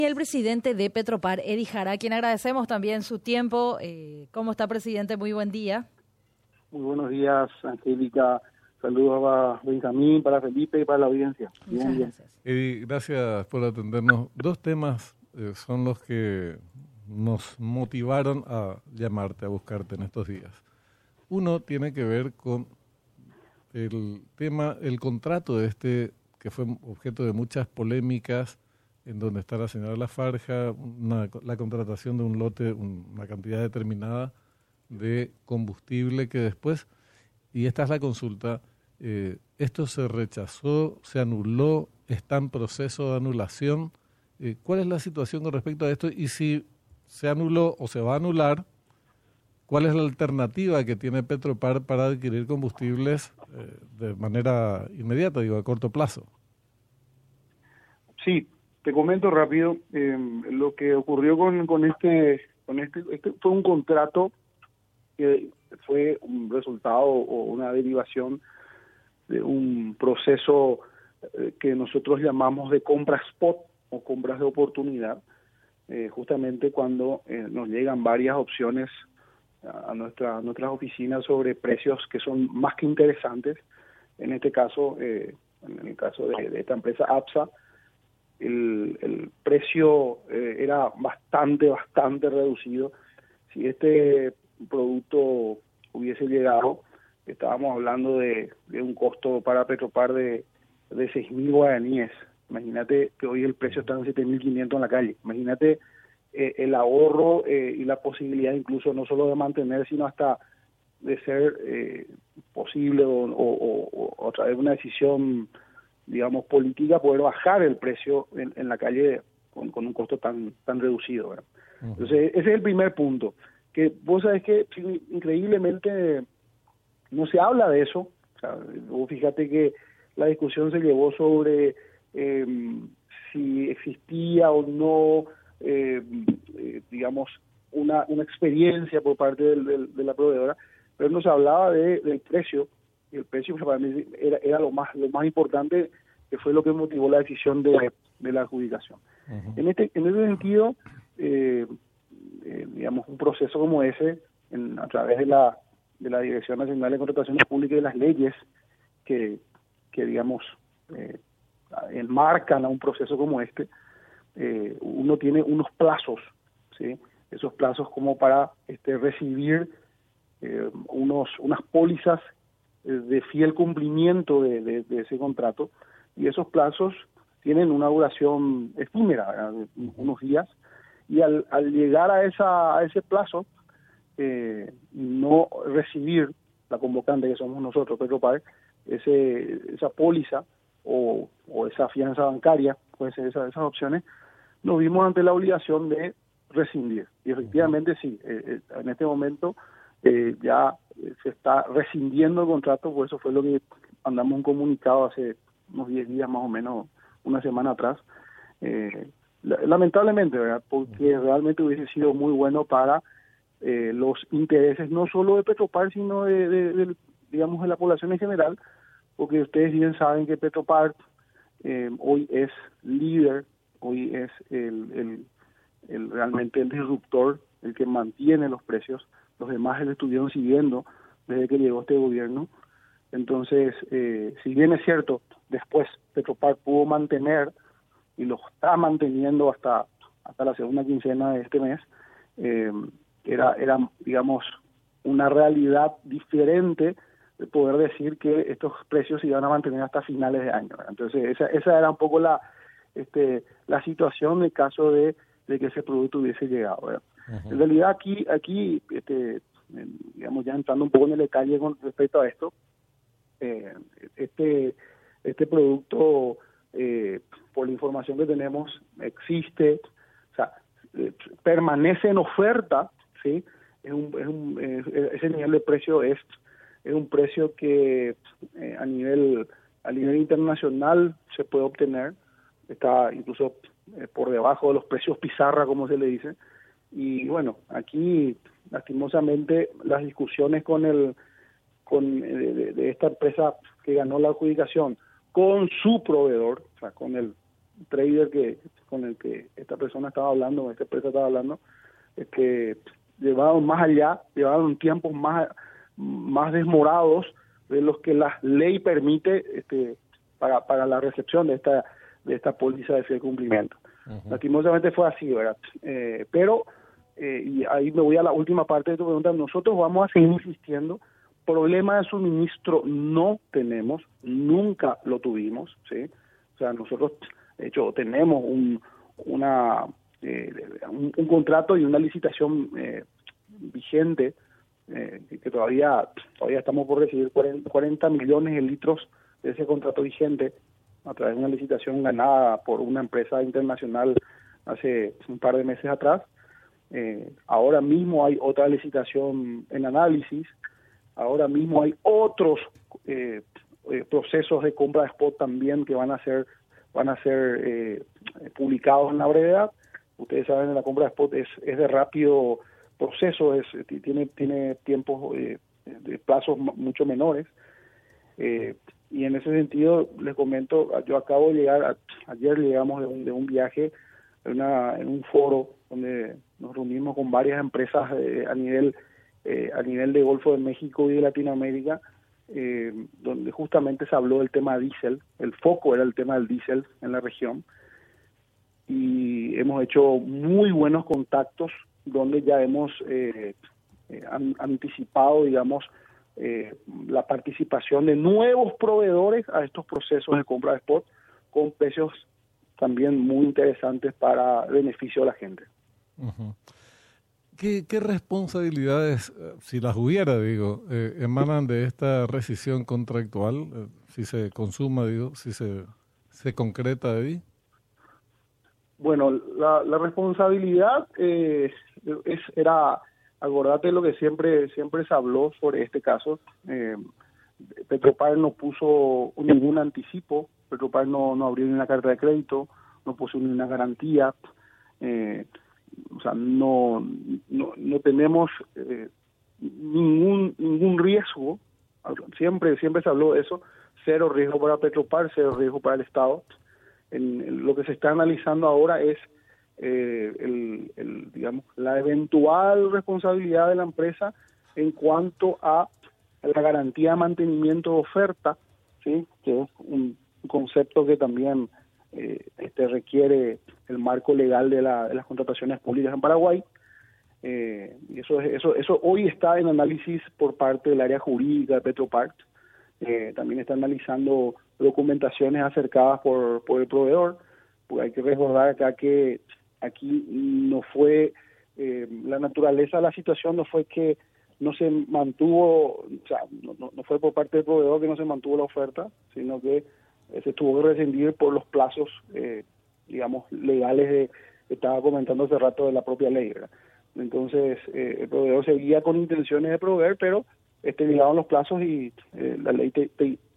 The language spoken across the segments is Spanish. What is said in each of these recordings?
Y el presidente de Petropar, Edy Jara, a quien agradecemos también su tiempo. ¿Cómo está, presidente? Muy buen día. Muy buenos días, Angélica. Saludos a Benjamín, para Felipe y para la audiencia. Muchas gracias. Edy, gracias por atendernos. Dos temas son los que nos motivaron a llamarte, a buscarte en estos días. Uno tiene que ver con el tema, el contrato de que fue objeto de muchas polémicas, en donde está la señora Lafarga, la contratación de un lote, una cantidad determinada de combustible que después, y esta es la consulta, esto se rechazó, se anuló, está en proceso de anulación. ¿Cuál es la situación con respecto a esto? Y si se anuló o se va a anular, ¿cuál es la alternativa que tiene Petropar para adquirir combustibles de manera inmediata, digo, a corto plazo? Sí, te comento rápido. Lo que ocurrió con este fue un contrato que fue un resultado o una derivación de un proceso que nosotros llamamos de compra spot o compras de oportunidad, justamente cuando nos llegan varias opciones a nuestras oficinas sobre precios que son más que interesantes. En este caso, en el caso de esta empresa APSA, el precio era bastante reducido. Si este producto hubiese llegado, estábamos hablando de un costo para Petropar de 6.000 guaraníes. Imagínate que hoy el precio está en 7.500 en la calle. Imagínate el ahorro y la posibilidad incluso no solo de mantener, sino hasta de ser posible o a través de una decisión, digamos, política, poder bajar el precio en la calle con un costo tan reducido, ¿verdad? Uh-huh. Entonces, ese es el primer punto. Que vos sabés que increíblemente no se habla de eso. O sea, vos fíjate que la discusión se llevó sobre si existía o no, digamos, una experiencia por parte de la proveedora, pero no se hablaba del precio, y el precio para mí era lo más importante, que fue lo que motivó la decisión de la adjudicación. Uh-huh. En ese sentido, digamos, un proceso como ese, a través de la Dirección Nacional de Contrataciones Públicas y las leyes que digamos, enmarcan a un proceso como este, uno tiene unos plazos, ¿sí? Esos plazos como para recibir unas pólizas de fiel cumplimiento de ese contrato, y esos plazos tienen una duración efímera, unos días, y al llegar a ese plazo, no recibir la convocante, que somos nosotros, Petropar, esa póliza o esa fianza bancaria, puede ser esas opciones, nos vimos ante la obligación de rescindir. Y efectivamente sí, en este momento ya se está rescindiendo el contrato, por eso fue lo que mandamos un comunicado hace unos 10 días más o menos, una semana atrás, lamentablemente, ¿verdad? Porque realmente hubiese sido muy bueno para los intereses no solo de Petropar, sino digamos, de la población en general, porque ustedes bien saben que Petropar hoy es líder, hoy es realmente el disruptor, el que mantiene los precios. Los demás le estuvieron siguiendo desde que llegó este gobierno. Entonces, si bien es cierto, después Petropar pudo mantener, y lo está manteniendo hasta la segunda quincena de este mes, era digamos, una realidad diferente de poder decir que estos precios se iban a mantener hasta finales de año, ¿verdad? Entonces, esa era un poco la situación en el caso de que ese producto hubiese llegado, ¿verdad? Uh-huh. En realidad, aquí digamos, ya entrando un poco en el detalle con respecto a esto, este producto, por la información que tenemos, existe, o sea, permanece en oferta, ¿sí? Ese nivel de precio es un precio que a nivel internacional se puede obtener, está incluso por debajo de los precios pizarra, como se le dice. Y bueno, aquí lastimosamente las discusiones de esta empresa que ganó la adjudicación con su proveedor, o sea, con el trader con el que esta persona estaba hablando, esta empresa estaba hablando, es que llevaban más allá, llevaban tiempos más desmorados de los que la ley permite para la recepción de esta póliza de fiel cumplimiento. Lastimosamente fue así, ¿verdad? Pero, y ahí me voy a la última parte de tu pregunta, nosotros vamos a seguir insistiendo. Problema de suministro no tenemos, nunca lo tuvimos, ¿sí? O sea, nosotros, de hecho, tenemos un contrato y una licitación vigente, que todavía estamos por recibir 40 millones de litros de ese contrato vigente a través de una licitación ganada por una empresa internacional hace un par de meses atrás. Ahora mismo hay otra licitación en análisis. Ahora mismo hay otros procesos de compra de spot también que van a ser publicados en la brevedad. Ustedes saben que la compra de spot es de rápido proceso, tiene tiempos de plazos mucho menores. Y en ese sentido, les comento, yo acabo de llegar, ayer llegamos de un viaje en un foro donde nos reunimos con varias empresas a nivel de Golfo de México y de Latinoamérica, donde justamente se habló del tema diésel. El foco era el tema del diésel en la región, y hemos hecho muy buenos contactos donde ya hemos anticipado, digamos, la participación de nuevos proveedores a estos procesos de compra de spot con precios también muy interesantes para beneficio de la gente. Uh-huh. ¿Qué responsabilidades, si las hubiera, emanan de esta rescisión contractual, si se consuma, si se concreta de ahí? Bueno, la responsabilidad era, acordate lo que siempre se habló sobre este caso. Petropar no puso ningún anticipo, Petropar no abrió ni una carta de crédito, no puso ni una garantía. O sea, no tenemos ningún riesgo. Siempre se habló de eso. Cero riesgo para Petropar, cero riesgo para el Estado. Lo que se está analizando ahora es digamos, la eventual responsabilidad de la empresa en cuanto a la garantía de mantenimiento de oferta, ¿sí? Que es un concepto que también requiere el marco legal de las contrataciones públicas en Paraguay. Y eso hoy está en análisis por parte del área jurídica de Petropar. También está analizando documentaciones acercadas por el proveedor, porque hay que recordar acá que aquí no fue la naturaleza de la situación, no fue que no se mantuvo, o sea, no fue por parte del proveedor que no se mantuvo la oferta, sino que se tuvo que rescindir por los plazos, digamos, legales que estaba comentando hace rato de la propia ley, ¿verdad? Entonces, el proveedor seguía con intenciones de proveer, pero llegaban los plazos y la ley te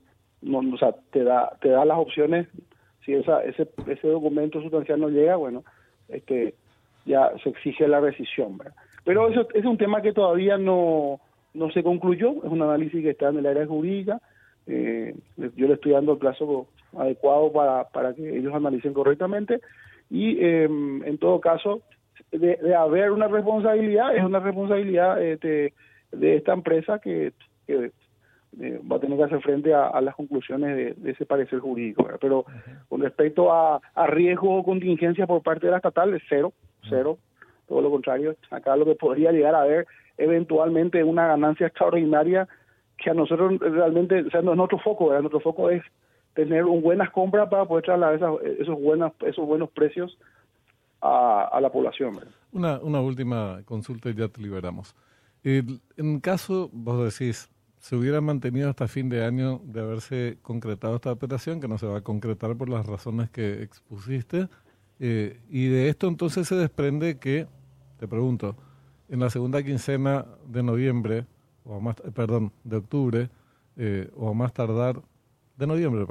da las opciones. Si ese documento sustancial no llega, bueno, ya se exige la rescisión, ¿verdad? Pero eso es un tema que todavía no se concluyó, es un análisis que está en el área jurídica. Yo le estoy dando el plazo adecuado para que ellos analicen correctamente, y en todo caso, de haber una responsabilidad, es una responsabilidad de esta empresa que va a tener que hacer frente a las conclusiones de ese parecer jurídico, ¿verdad? Pero con respecto a riesgo o contingencia por parte de la estatal, es cero, todo lo contrario. Acá lo que podría llegar a haber eventualmente una ganancia extraordinaria que a nosotros realmente, o sea, no es nuestro foco, ¿verdad? Nuestro foco es tener buenas compras para poder trasladar esos buenos precios a la población, ¿verdad? Una última consulta y ya te liberamos. En caso, vos decís, se hubiera mantenido hasta fin de año de haberse concretado esta operación, que no se va a concretar por las razones que expusiste, y de esto entonces se desprende que, te pregunto, en la segunda quincena de noviembre, de octubre, o a más tardar, de noviembre,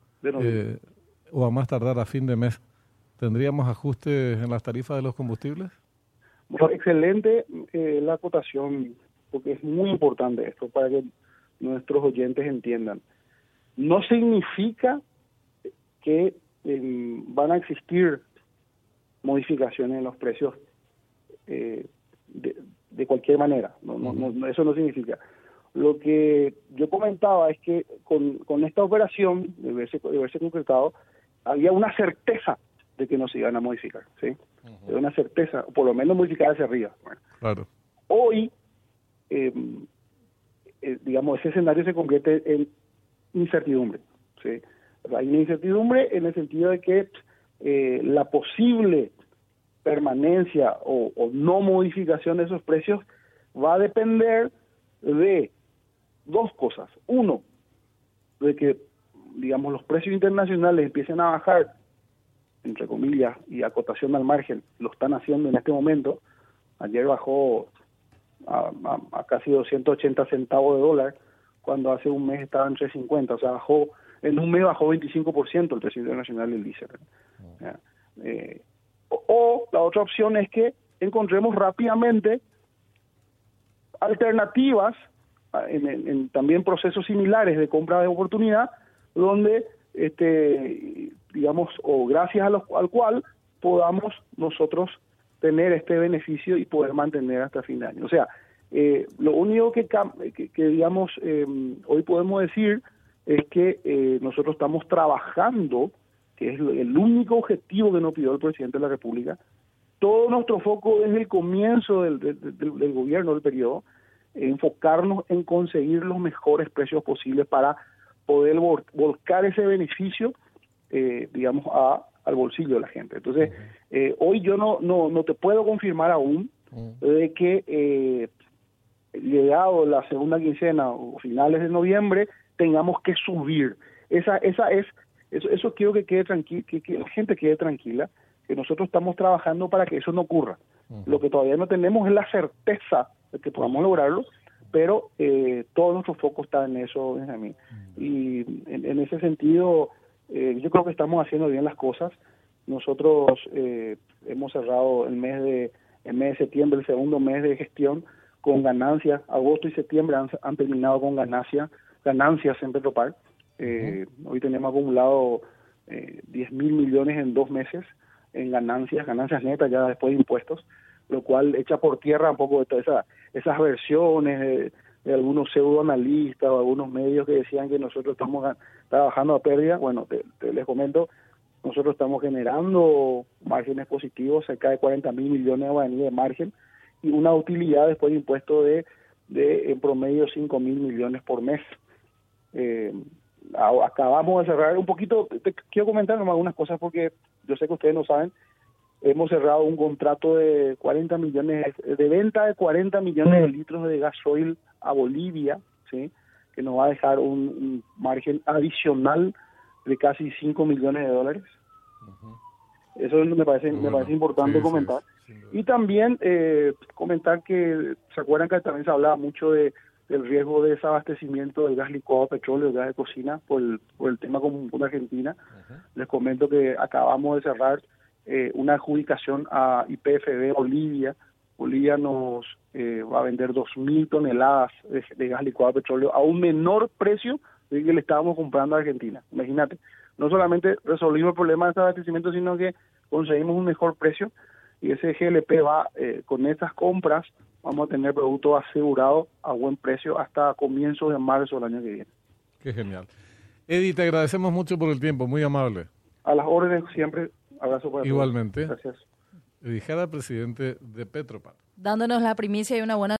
o a más tardar a fin de mes, ¿tendríamos ajustes en las tarifas de los combustibles? Bueno, excelente la acotación, porque es muy importante esto para que nuestros oyentes entiendan. No significa que van a existir modificaciones en los precios de cualquier manera. Eso no significa. Lo que yo comentaba es que con esta operación, de verse concretado, había una certeza de que no se iban a modificar, ¿sí? Había una certeza, por lo menos modificar hacia arriba. Bueno, Claro. hoy, digamos, ese escenario se convierte en incertidumbre, ¿sí? Hay una incertidumbre en el sentido de que la posible permanencia o no modificación de esos precios va a depender de dos cosas. Uno, de que, digamos, los precios internacionales empiecen a bajar, entre comillas, y acotación al margen, lo están haciendo en este momento. Ayer bajó a casi 280 centavos de dólar, cuando hace un mes estaba en 350, o sea, en un mes bajó 25% el precio internacional del diésel. O la otra opción es que encontremos rápidamente alternativas en también procesos similares de compra de oportunidad, donde digamos, o gracias al cual podamos nosotros tener este beneficio y poder mantener hasta fin de año. O sea, lo único que digamos, hoy podemos decir es que nosotros estamos trabajando, que es el único objetivo que nos pidió el presidente de la República. Todo nuestro foco desde el comienzo del gobierno, del periodo, enfocarnos en conseguir los mejores precios posibles para poder volcar ese beneficio, digamos, al bolsillo de la gente. Entonces, hoy yo no te puedo confirmar aún de que llegado la segunda quincena o finales de noviembre tengamos que subir. Eso quiero que quede tranquilo, que la gente quede tranquila, que nosotros estamos trabajando para que eso no ocurra. Lo que todavía no tenemos es la certeza de que podamos lograrlo, pero todo nuestro foco está en eso, Benjamín. Y en ese sentido, yo creo que estamos haciendo bien las cosas. Nosotros hemos cerrado el mes de septiembre, el segundo mes de gestión, con ganancias. Agosto y septiembre han terminado con ganancias en Petropar. Hoy tenemos acumulado 10.000 millones en 2 meses en ganancias netas ya después de impuestos, lo cual echa por tierra un poco de todas esas versiones de algunos pseudoanalistas o algunos medios que decían que nosotros estamos trabajando a pérdida. Bueno, les comento, nosotros estamos generando márgenes positivos, cerca de 40.000 millones de guaraníes de margen, y una utilidad después de impuestos de en promedio 5.000 millones por mes. Acabamos de cerrar un poquito, te quiero comentar nomás algunas cosas porque yo sé que ustedes no saben. Hemos cerrado un contrato de 40 millones, de venta de 40 millones de litros de gasoil a Bolivia, ¿sí? Que nos va a dejar un margen adicional de casi 5 millones de dólares. Eso me parece importante comentar. Sí. Y también comentar que, ¿se acuerdan que también se hablaba mucho del riesgo de desabastecimiento del gas licuado, petróleo, el gas de cocina por el tema con Argentina? Les comento que acabamos de cerrar una adjudicación a YPFB Bolivia. Bolivia nos va a vender 2.000 toneladas de gas licuado de petróleo a un menor precio del que le estábamos comprando a Argentina. Imagínate, no solamente resolvimos el problema de desabastecimiento, sino que conseguimos un mejor precio, y ese GLP va, con estas compras, vamos a tener productos asegurados a buen precio hasta comienzos de marzo del año que viene. Qué genial. Eddie, te agradecemos mucho por el tiempo, muy amable. A las órdenes siempre. Abrazo para Igualmente. todos. Gracias. Eddie Jara, presidente de Petropar. Dándonos la primicia y una buena